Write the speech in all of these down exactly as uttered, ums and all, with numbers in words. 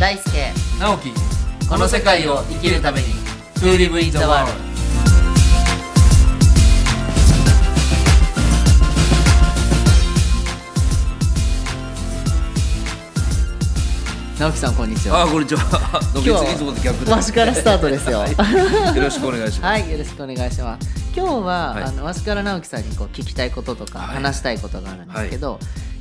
大輔直樹、 この世界を生きるために To live in the world。 直樹さんこんにちは。 あ、こんにちは。 今日はいつもと逆でわしからスタートですよ。 はい、よろしくお願いします。 はい、よろしくお願いします。今日は、はい、あのわしから直樹さんにこう聞きたいこととか、はい、話したいことがあるんですけど、はい、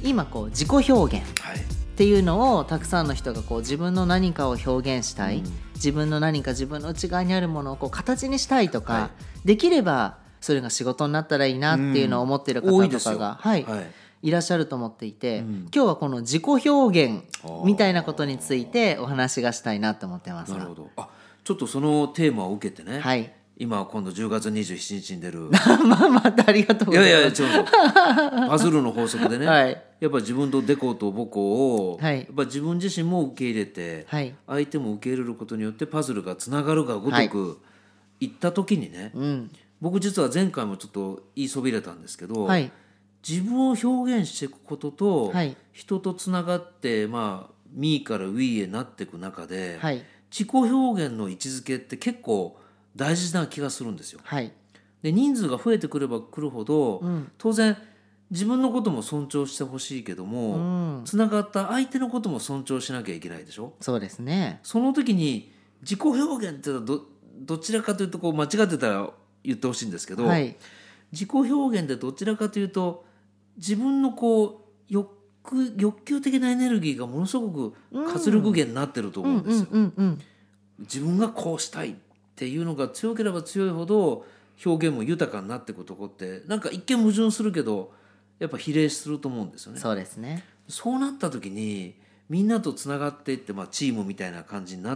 今こう自己表現っていうのをたくさんの人がこう自分の何かを表現したい、うん、自分の何か自分の内側にあるものをこう形にしたいとか、はい、できればそれが仕事になったらいいなっていうのを思っている方とかが、はい、はい、いらっしゃると思っていて、うん、今日はこの自己表現みたいなことについてお話がしたいなと思ってます。 なるほど。あ、ちょっとそのテーマを受けてね、はい、今今度じゅうがつにじゅうしちにちに出るまあまたありがとうございます。 いやいやちょっとパズルの法則でね、はい、やっぱ自分とデコとボコを、はい、やっぱ自分自身も受け入れて、はい、相手も受け入れることによってパズルがつながるがごとくいった時にね、はい、うん、僕実は前回もちょっと言いそびれたんですけど、はい、自分を表現していくことと、はい、人とつながってまあミーから We へなっていく中で、はい、自己表現の位置づけって結構大事な気がするんですよ、はい、で人数が増えてくればくるほど、うん、当然自分のことも尊重してほしいけども、うん、つながった相手のことも尊重しなきゃいけないでしょ。 そうですね。 その時に自己表現ってのは ど, どちらかというとこう間違ってたら言ってほしいんですけど、はい、自己表現ってどちらかというと自分のこう 欲, 欲求的なエネルギーがものすごく活力源になってると思うんですよ。自分がこうしたいっていうのが強ければ強いほど表現も豊かになっていくとこってなんか一見矛盾するけどやっぱ比例すると思うんですよね。 そうですね。 そうなった時にみんなとつながっていって、まあ、チームみたいな感じになって、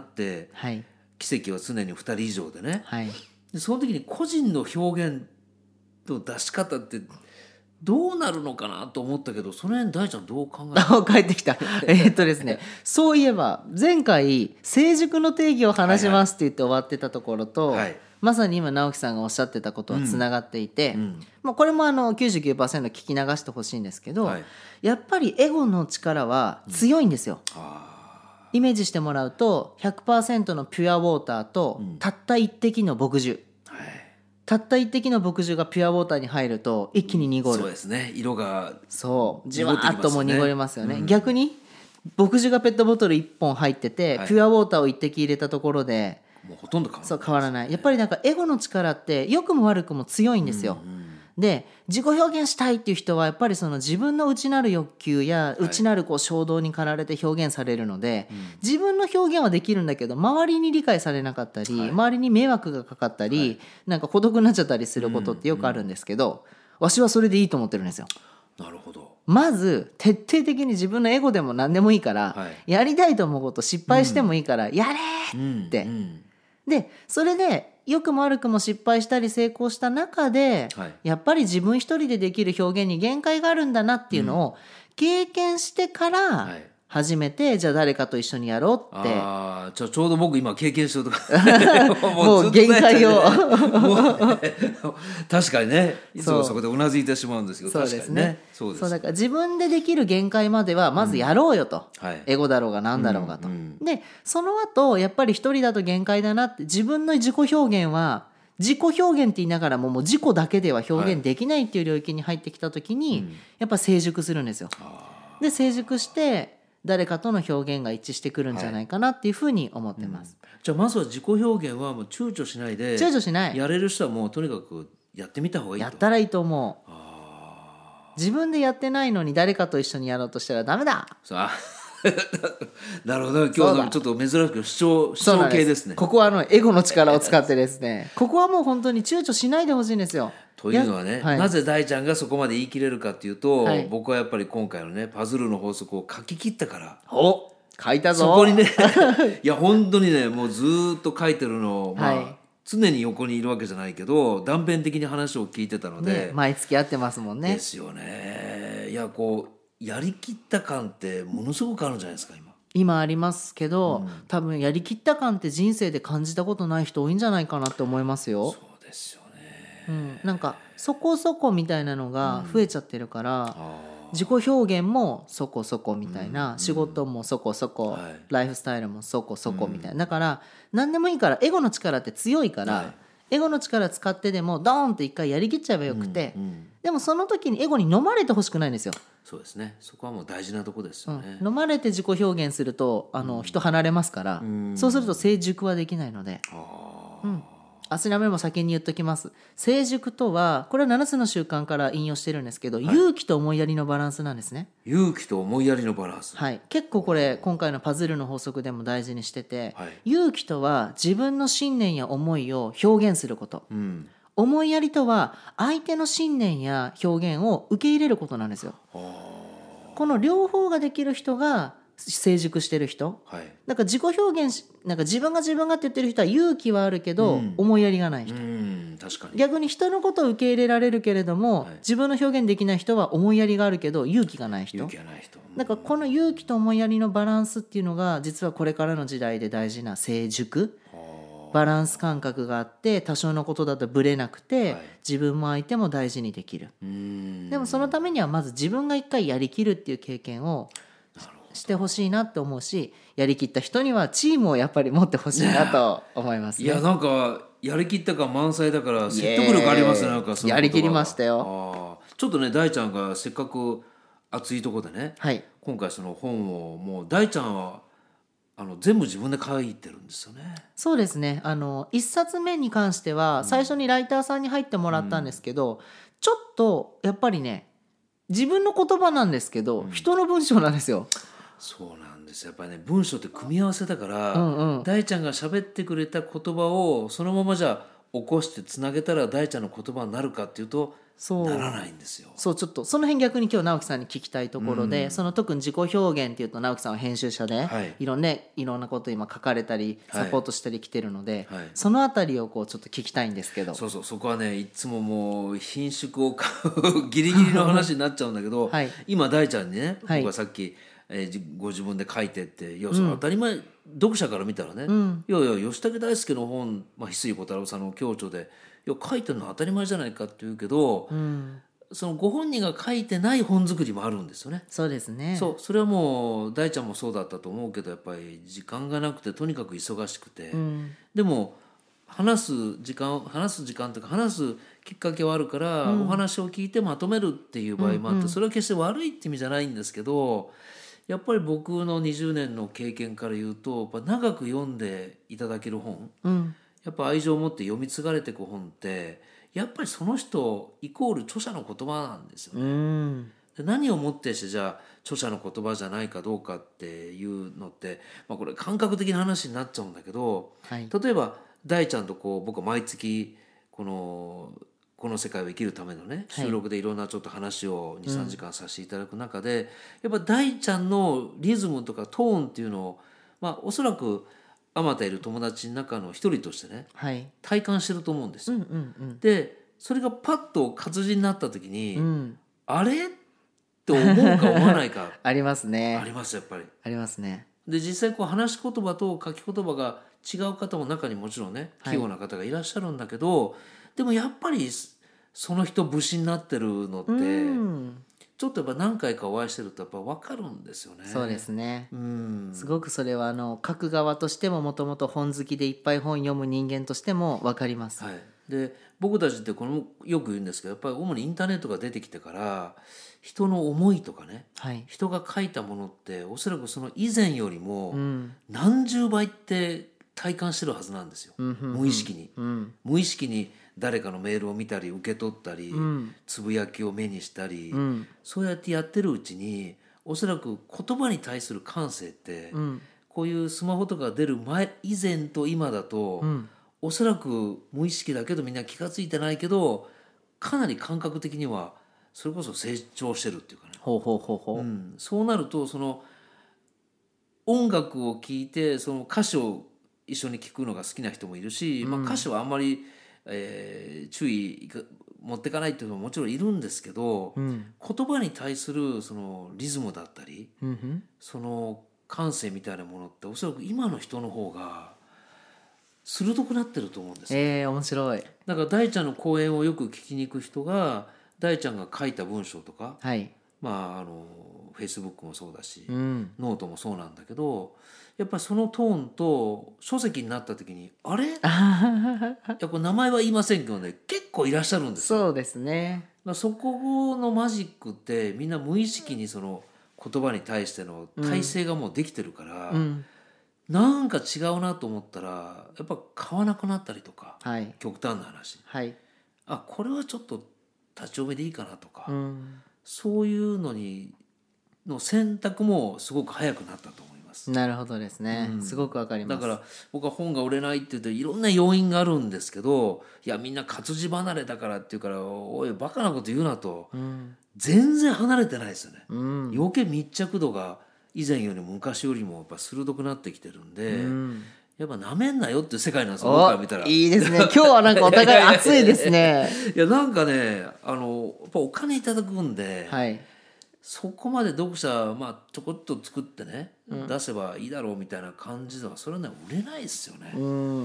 はい、奇跡は常にふたり以上でね、はい、でその時に個人の表現の出し方ってどうなるのかなと思ったけど、その辺大ちゃんどう考える？ 帰ってきた。えっとですね、そういえば前回成熟の定義を話しますって言って終わってたところと、はいはい、まさに今直樹さんがおっしゃってたことはつながっていて、うんうん、まあ、これもあの きゅうじゅうきゅうパーセント 聞き流してほしいんですけど、はい、やっぱりエゴの力は強いんですよ、うん、あイメージしてもらうと ひゃくパーセント のピュアウォーターとたった一滴の墨汁、たった一滴の墨汁がピュアウォーターに入ると一気に濁る、 そうですね、色がそうじわーっとも濁りますよね、うん、逆に墨汁がペットボトルいっぽん入ってて、はい、ピュアウォーターを一滴入れたところでもうほとんど変わらない、 そう変わらない。やっぱりなんかエゴの力って良くも悪くも強いんですよ、うんうん、で自己表現したいっていう人はやっぱりその自分の内なる欲求や内なるこう衝動に駆られて表現されるので、はい、自分の表現はできるんだけど周りに理解されなかったり、はい、周りに迷惑がかかったり、はい、なんか孤独になっちゃったりすることってよくあるんですけど、うんうん、わしはそれでいいと思ってるんですよ。 なるほど。 まず徹底的に自分のエゴでも何でもいいから、はい、やりたいと思うこと失敗してもいいから、うん、やれーって、うんうん、でそれで良くも悪くも失敗したり成功した中で、はい、やっぱり自分一人でできる表現に限界があるんだなっていうのを経験してから初めて、はい、じゃあ誰かと一緒にやろうって。 あちょ、ちょうど僕今経験してるとかもう限界をもう、ね、確かにねいつもそこでうなずいてしまうんですけど、確かにね、 そうです。そうだから自分でできる限界まではまずやろうよと、うん、はい、エゴだろうが何だろうがと、うんうん、でその後やっぱり一人だと限界だなって、自分の自己表現は自己表現って言いながらももう自己だけでは表現できないっていう領域に入ってきた時に、はい、やっぱ成熟するんですよ。で成熟して誰かとの表現が一致してくるんじゃないかなっていうふうに思ってます、 はい、うん、じゃあまずは自己表現はもう躊躇しないで、 躊躇しない、 やれる人はもうとにかくやってみた方がいいと。 やったらいいと思う。あ自分でやってないのに誰かと一緒にやろうとしたらダメだ。 さあなるほど。今日はちょっと珍しく主張主張系ですね。 ここはあのエゴの力を使ってですねここはもう本当に躊躇しないでほしいんですよ。 というのはね、はい、なぜ大ちゃんがそこまで言い切れるかっていうと、はい、僕はやっぱり今回のねパズルの法則を書き切ったから。 お書いたぞ。 そこにねいや本当にねもうずっと書いてるのを、まあはい、常に横にいるわけじゃないけど断片的に話を聞いてたので、ね、 毎月会ってますもんね。 ですよね。いやこうやりきった感ってものすごくあるんじゃないですか今。 今ありますけど、うん、多分やりきった感って人生で感じたことない人多いんじゃないかなって思いますよ。 そうですよね、 うん、なんかそこそこみたいなのが増えちゃってるから、 自己表現もそこそこみたいな、うん、仕事もそこそこ、はい、ライフスタイルもそこそこみたいな、だから何でもいいから、エゴの力って強いから、はい、エゴの力使ってでもドーンって一回やりきっちゃえばよくて、うんうん、でもその時にエゴに飲まれてほしくないんですよ。 そうですね、そこはもう大事なとこですよね、 うん、飲まれて自己表現するとあの、うん、人離れますから、うん、そうすると成熟はできないので、あ、うん、あちなみにも先に言っときます。成熟とはこれはななつの習慣から引用してるんですけど、はい、勇気と思いやりのバランスなんですね。 勇気と思いやりのバランス、 はい、結構これ今回のパズルの法則でも大事にしてて、はい、勇気とは自分の信念や思いを表現すること、うん、思いやりとは相手の信念や表現を受け入れることなんですよ。この両方ができる人が成熟してる人、はい、だから自己表現し、なんか自分が自分がって言ってる人は勇気はあるけど、うん、思いやりがない人、うん、確かに逆に人のことを受け入れられるけれども、はい、自分の表現できない人は思いやりがあるけど勇気がない人、 勇気がない人、 だからこの勇気と思いやりのバランスっていうのが実はこれからの時代で大事な成熟、バランス感覚があって、多少のことだとブレなくて、はい、自分も相手も大事にできる。うーん、でもそのためにはまず自分が一回やりきるっていう経験をしてほしいなって思うし、やりきった人にはチームをやっぱり持ってほしいなと思いますね。 いや、なんかやりきった感満載だから説得力ありますね。なんかそのやりきりましたよ。 あ、ちょっとね、大ちゃんがせっかく熱いところでね、はい、今回その本をもう大ちゃんはあの全部自分で書いてるんですよね。 そうですね、あのいっさつめに関しては最初にライターさんに入ってもらったんですけど、うん、ちょっとやっぱりね、自分の言葉なんですけど、うん、人の文章なんですよ。 そうなんですよ、やっぱりね、文章って組み合わせだから、うんうん、大ちゃんが喋ってくれた言葉をそのままじゃあ起こしてつなげたら大ちゃんの言葉になるかっていうと、そうならないんですよ。 そう、ちょっとその辺逆に今日直樹さんに聞きたいところで、うん、その特に自己表現っていうと直樹さんは編集者で、はい、いろんな、ね、いろんなこと今書かれたりサポートしたり来てるので、はいはい、そのあたりをこうちょっと聞きたいんですけど。 そうそう、そこはね、いつももう品種を買うギリギリの話になっちゃうんだけど、はい、今大ちゃんにね、僕はさっき、えー、ご自分で書いてって、いや、それ当たり前、うん、読者から見たらね、うん、いやいや吉武大輔の本、まあ、翡翠小太郎さんの共著で、いや書いてるのは当たり前じゃないかって言うけど、うん、そのご本人が書いてない本作りもあるんですよね。 そうですね。 そう、それはもう大ちゃんもそうだったと思うけど、やっぱり時間がなくてとにかく忙しくて、うん、でも話す時間話す時間というか話すきっかけはあるから、うん、お話を聞いてまとめるっていう場合もあって、うんうん、それは決して悪いって意味じゃないんですけど、やっぱり僕のにじゅうねんの経験から言うと、やっぱ長く読んでいただける本、うん、やっぱ愛情を持って読み継がれていく本ってやっぱりその人イコール著者の言葉なんですよね。うん、で何をもってしてじゃあ著者の言葉じゃないかどうかっていうのって、まあ、これ感覚的な話になっちゃうんだけど、はい、例えば大ちゃんとこう僕は毎月このこの世界を生きるためのね収録でいろんなちょっと話を にさんじかんさせていただく中で、うん、やっぱ大ちゃんのリズムとかトーンっていうのを、まあ、おそらくあまたいる友達の中の一人としてね、はい、体感してると思うんですよ、うんうんうん、でそれがパッと活字になった時に、うん、あれって思うか思わないかありますね。 ありますやっぱりありますね。 で実際こう話し言葉と書き言葉が違う方も中にもちろんね器用な方がいらっしゃるんだけど、はい、でもやっぱりその人節になってるのって、うん、ちょっとやっぱ何回かお会いしてるとやっぱ分かるんですよね。 そうですね、うん、すごくそれはあの書く側としてももともと本好きでいっぱい本読む人間としても分かります、はい、 で僕たちってこのよく言うんですけど、やっぱり主にインターネットが出てきてから人の思いとかね、はい、人が書いたものっておそらくその以前よりも何十倍って体感してるはずなんですよ、うん、無意識に、うん、無意識に誰かのメールを見たり受け取ったり、うん、つぶやきを目にしたり、うん、そうやってやってるうちにおそらく言葉に対する感性って、うん、こういうスマホとか出る前以前と今だと、うん、おそらく無意識だけどみんな気が付いてないけどかなり感覚的にはそれこそ成長してるっていうかね。 ほうほうほうほう、 うん、そうなるとその音楽を聴いてその歌詞を一緒に聴くのが好きな人もいるし、うん、まあ、歌詞はあんまりえー、注意持っていかないっていうのももちろんいるんですけど、うん、言葉に対するそのリズムだったり、うん、その感性みたいなものっておそらく今の人の方が鋭くなってると思うんですよ。 えー、面白い。 だから大ちゃんの講演をよく聞きに行く人が大ちゃんが書いた文章とか、はい、 まああのフェイスブックもそうだし、うん、ノートもそうなんだけど、やっぱりそのトーンと書籍になった時にあれいやこれ名前は言いませんけどね、結構いらっしゃるんですよ。 そうですね。 そこのマジックってみんな無意識にその言葉に対しての体制がもうできてるから、うん、なんか違うなと思ったらやっぱ買わなくなったりとか、はい、極端な話、はい、あこれはちょっと立ち読みでいいかなとか、うん、そういうのにの選択もすごく早くなったと思います。 なるほどですね、うん、すごくわかります。 だから僕は本が売れないって言うといろんな要因があるんですけど、いやみんな活字離れだからっていうからおいバカなこと言うなと、うん、全然離れてないですよね、うん、余計密着度が以前よりも昔よりもやっぱ鋭くなってきてるんで、うん、やっぱなめんなよっていう世界なんですよ。僕から見たらいいですね。今日はなんかお互い熱いですね。 いやなんかねあのやっぱお金いただくんで、はい、そこまで読者、まあ、ちょこっと作ってね、うん、出せばいいだろうみたいな感じではそれはね売れないですよね。うん、うん、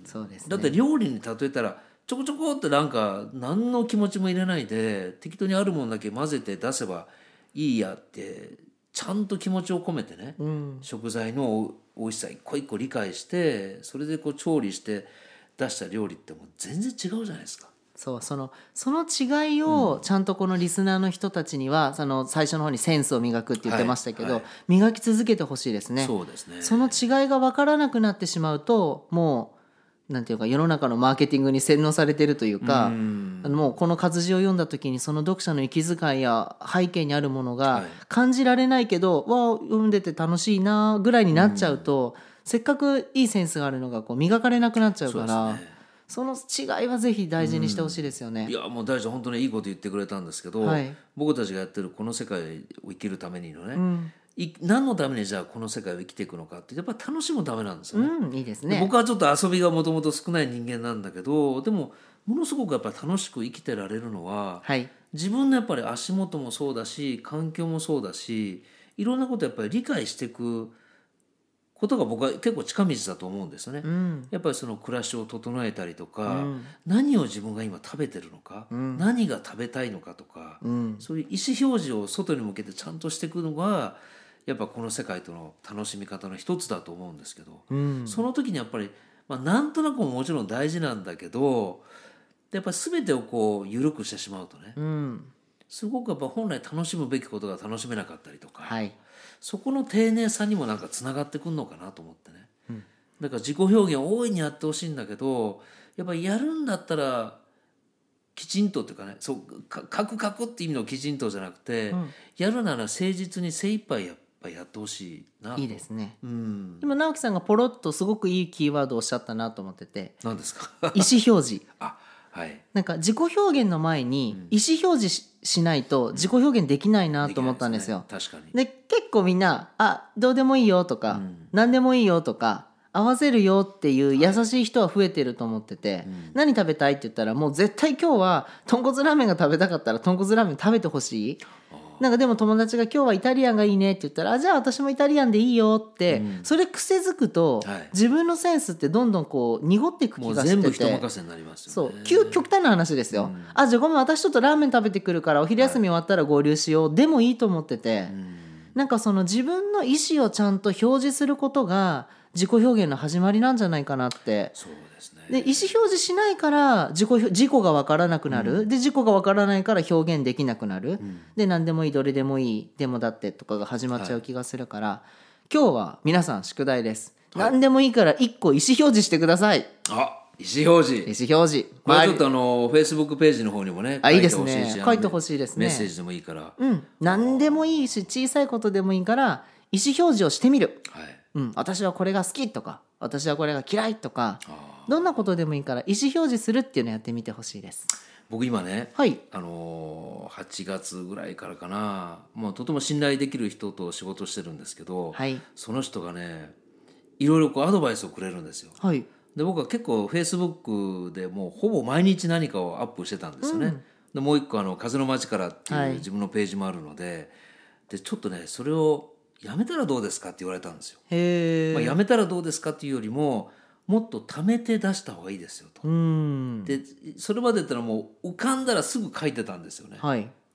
そうですね。だって料理に例えたらちょこちょこってなんか何の気持ちも入れないで適当にあるものだけ混ぜて出せばいいやってちゃんと気持ちを込めてね、うん、食材の美味しさ一個一個理解してそれでこう調理して出した料理ってもう全然違うじゃないですか。 そうそのその違いをちゃんとこのリスナーの人たちには、うん、その最初の方にセンスを磨くって言ってましたけど、はいはい、磨き続けてほしいですね。 そうですね。 その違いが分からなくなってしまうともうなんていうか世の中のマーケティングに洗脳されてるというか、うんあのもうこの活字を読んだ時にその読者の息遣いや背景にあるものが感じられないけど、はい、わあ読んでて楽しいなぐらいになっちゃうと、うん、せっかくいいセンスがあるのがこう磨かれなくなっちゃうから。その違いはぜひ大事にしてほしいですよね、 うん、いやもう大事、本当にいいこと言ってくれたんですけど、はい、僕たちがやってるこの世界を生きるためにのね、うん、い何のためにじゃあこの世界を生きていくのかってやっぱり楽しむためなんですよね、 うん、いいですね。 僕はちょっと遊びがもともと少ない人間なんだけど、でもものすごくやっぱり楽しく生きてられるのは、はい、自分のやっぱり足元もそうだし環境もそうだしいろんなことをやっぱり理解していくことが僕は結構近道だと思うんですよね、うん、やっぱりその暮らしを整えたりとか、うん、何を自分が今食べてるのか、うん、何が食べたいのかとか、うん、そういう意思表示を外に向けてちゃんとしていくのがやっぱこの世界との楽しみ方の一つだと思うんですけど、うん、その時にやっぱり、まあ、なんとなくももちろん大事なんだけどやっぱり全てをこう緩くしてしまうとね、うん、すごくやっぱ本来楽しむべきことが楽しめなかったりとか、はい、そこの丁寧さにもなんかつながってくるのかなと思ってね、うん、だから自己表現を大いにやってほしいんだけどやっぱりやるんだったらきちんとっていうかね、そうか書く書くって意味のきちんとじゃなくて、うん、やるなら誠実に精一杯やっぱやってほしいなと。 いいですね、うん、でも直樹さんがポロッとすごくいいキーワードをおっしゃったなと思ってて、 何ですか意思表示あ、はい、 なんか自己表現の前に意思表示 し,、しないと自己表現できないなと思ったんですよ、 できないですね、確かに。で結構みんなあどうでもいいよとか、うん、何でもいいよとか合わせるよっていう優しい人は増えてると思ってて、はい、何食べたいって言ったらもう絶対今日は豚骨ラーメンが食べたかったら豚骨ラーメン食べてほしい。なんかでも友達が今日はイタリアンがいいねって言ったらあじゃあ私もイタリアンでいいよって、うん、それ癖づくと、はい、自分のセンスってどんどんこう濁っていく気がしてて、 もう全部人任せになりますよね。 そう極極端な話ですよ、うん、あじゃあごめん私ちょっとラーメン食べてくるからお昼休み終わったら合流しよう、はい、でもいいと思ってて、うん、なんかその自分の意思をちゃんと表示することが自己表現の始まりなんじゃないかなって。 そうですね。 で意思表示しないから自己自己が分からなくなる、うん、で自己が分からないから表現できなくなる、うん、で何でもいいどれでもいいでもだってとかが始まっちゃう気がするから、はい、今日は皆さん宿題です、はい、何でもいいからいっこ意思表示してください。 あ意思表示意思表示これちょっとあのフェイスブックページの方にもねあいいですね書いてほしいですね。 メッセージでもいいから、 うん、何でもいいし小さいことでもいいから意思表示をしてみる、はいうん、私はこれが好きとか私はこれが嫌いとかどんなことでもいいから意思表示するっていうのをやってみてほしいです。 僕今ね、はい、あのはちがつぐらいからかなもうとても信頼できる人と仕事してるんですけど、はい、その人がねいろいろこうアドバイスをくれるんですよ、はい、で僕は結構フェイスブックでもうほぼ毎日何かをアップしてたんですよね、うん、でもう一個あの風の街からっていう自分のページもあるので、はい、でちょっとねそれをやめたらどうですかって言われたんですよ。へー、まあ、やめたらどうですかっていうよりももっと貯めて出した方がいいですよと。うんでそれまでだったらもう浮かんだらすぐ書いてたんですよね、はい、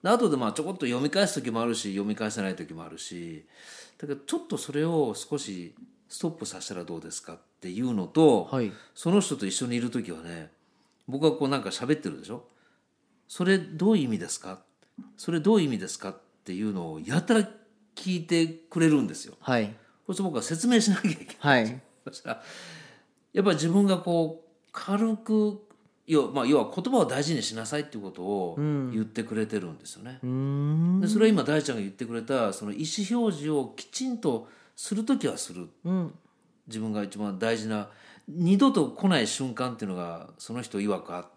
で後でまあちょこっと読み返す時もあるし読み返せない時もあるし、だけどちょっとそれを少しストップさせたらどうですかっていうのと、はい、その人と一緒にいる時はね、僕はこうなんか喋ってるでしょ、それどういう意味ですか、それどういう意味ですかっていうのをやたら聞いてくれるんですよ。はい、そして僕は説明しなきゃいけない、はい、そしたらやっぱり自分がこう軽く要、まあ、要は言葉を大事にしなさいっていうことを言ってくれてるんですよね。うん、でそれは今大ちゃんが言ってくれたその意思表示をきちんとするときはする、うん、自分が一番大事な二度と来ない瞬間っていうのがその人曰くあって、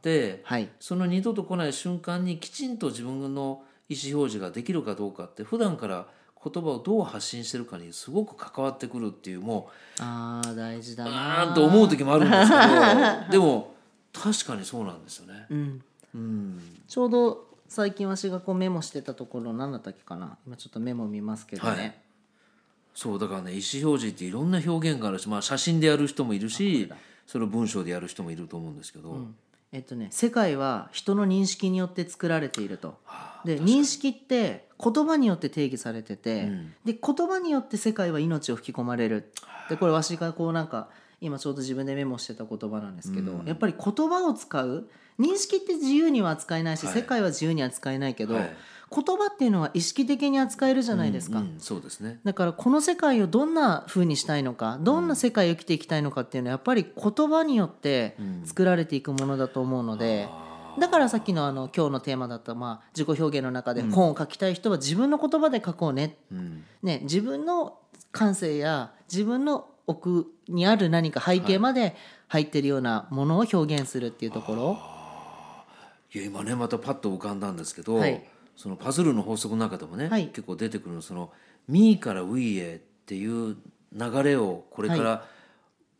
はい、その二度と来ない瞬間にきちんと自分の意思表示ができるかどうかって普段から言葉をどう発信してるかにすごく関わってくるっていう、もうあー大事だなーと思う時もあるんですけどでも確かにそうなんですよね、うんうん、ちょうど最近わしがこうメモしてたところ何だったっけかな、今ちょっとメモ見ますけどね、はい、 そうだからね、意思表示っていろんな表現があるし、まあ、写真でやる人もいるしそれを文章でやる人もいると思うんですけど、うんえっとね、世界は人の認識によって作られていると、はあ、で認識って言葉によって定義されてて、うん、で言葉によって世界は命を吹き込まれる、はあ、でこれわしがこうなんか今ちょうど自分でメモしてた言葉なんですけど、うん、やっぱり言葉を使う、認識って自由には扱えないし、はい、世界は自由に扱えないけど、はい、言葉っていうのは意識的に扱えるじゃないですか、うんうん、 そうですね。 だからこの世界をどんな風にしたいのか、どんな世界を生きていきたいのかっていうのはやっぱり言葉によって作られていくものだと思うので、うん、だからさっき の, あの今日のテーマだった、まあ、自己表現の中で本を書きたい人は自分の言葉で書こう ね,、うん、ね自分の感性や自分の奥にある何か背景まで入ってるようなものを表現するっていうところ、はい、 いや今ねまたパッと浮かんだんですけど、はい、そのパズルの法則の中でもね、はい、結構出てくるそのミーからウィーへっていう流れをこれから、はい、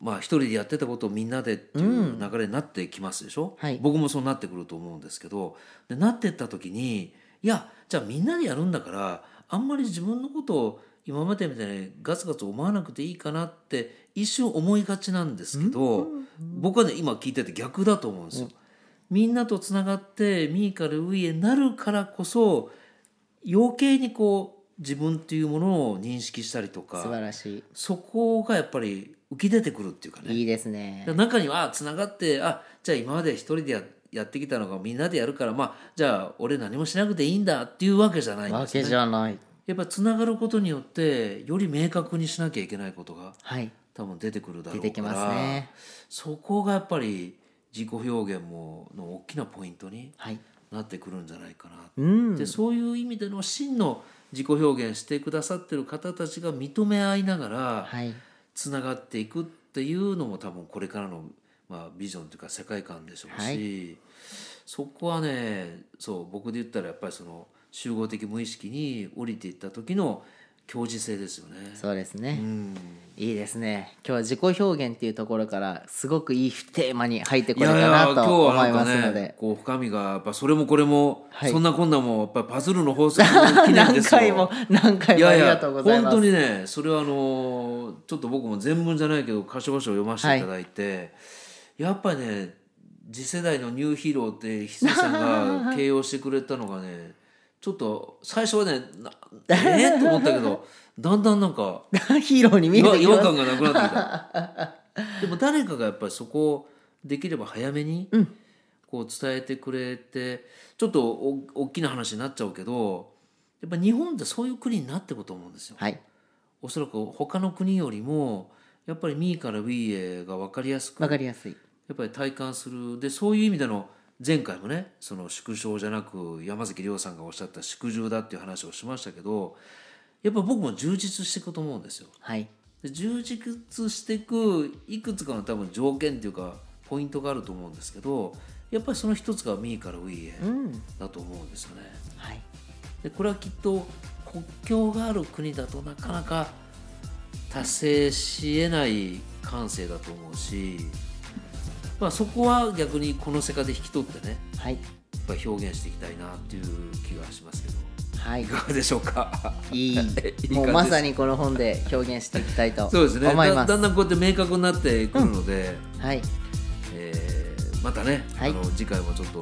まあ一人でやってたことをみんなでっていう流れになってきますでしょ、うん、僕もそうなってくると思うんですけど、でなってった時にいやじゃあみんなでやるんだからあんまり自分のことを今までみたいにガツガツ思わなくていいかなって一瞬思いがちなんですけど、うんうん、僕はね今聞いてて逆だと思うんですよ、うん、みんなとつながってミーからウィーへなるからこそ余計にこう自分っていうものを認識したりとか、 素晴らしい、 そこがやっぱり浮き出てくるっていうかね、 いいですね。 中にはつながってあじゃあ今まで一人で や, やってきたのがみんなでやるからまあじゃあ俺何もしなくていいんだっていうわけじゃないんですね。 わけじゃない。 やっぱつながることによってより明確にしなきゃいけないことが、はい、多分出てくるだろうから、出てきますね。そこがやっぱり自己表現もの大きなポイントになってくるんじゃないかな、うん、でそういう意味での真の自己表現してくださってる方たちが認め合いながらつながっていくっていうのも多分これからの、まあ、ビジョンというか世界観でしょうし、はい、そこはねそう僕で言ったらやっぱりその集合的無意識に降りていった時の共時性ですよね。 そうですね、うん、いいですね。今日は自己表現っていうところからすごくいいテーマに入ってこれたなと思いますので、ね、 こう深みがやっぱそれもこれも、はい、そんなこんなもやっぱパズルの法則の記念ですよ何回も何回もありがとうございます。 いやいや本当にねそれはあのちょっと僕も全文じゃないけど箇所箇所読ませていただいて、はい、やっぱりね次世代のニューヒーローって翡翠さんが形容してくれたのがねちょっと最初はねえー、と思ったけどだんだんなんかヒーローに見えてきます。 違和感がなくなってきたでも誰かがやっぱりそこをできれば早めにこう伝えてくれて、ちょっとお大きな話になっちゃうけどやっぱ日本ってそういう国になっていくと思うんですよ、はい、おそらく他の国よりもやっぱりミーからウィーへが分かりやすく分かりやすいやっぱり体感する。でそういう意味での前回もねその縮小じゃなく山崎亮さんがおっしゃった縮重だっていう話をしましたけどやっぱ僕も充実していくと思うんですよ、はい、で充実していくいくつかの多分条件っていうかポイントがあると思うんですけどやっぱりその一つがミーからウィーへだと思うんですよね、うんはい、でこれはきっと国境がある国だとなかなか達成し得ない感性だと思うし、まあ、そこは逆にこの世界で引き取ってね、はい、やっぱり表現していきたいなっていう気がしますけど、はい、いかがでしょうか。 いいもうまさにこの本で表現していきたいと思います。 そうですね だ, だんだんこうやって明確になってくるので、うんはいえー、またね、はい、あの次回もちょっとい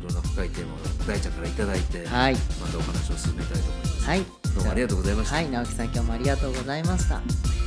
ろんな深いテーマを大ちゃんからいただいて、 はい、 またお話を進めたいと思います。 はい、 どうもありがとうございました。 はい、直樹さん今日もありがとうございました。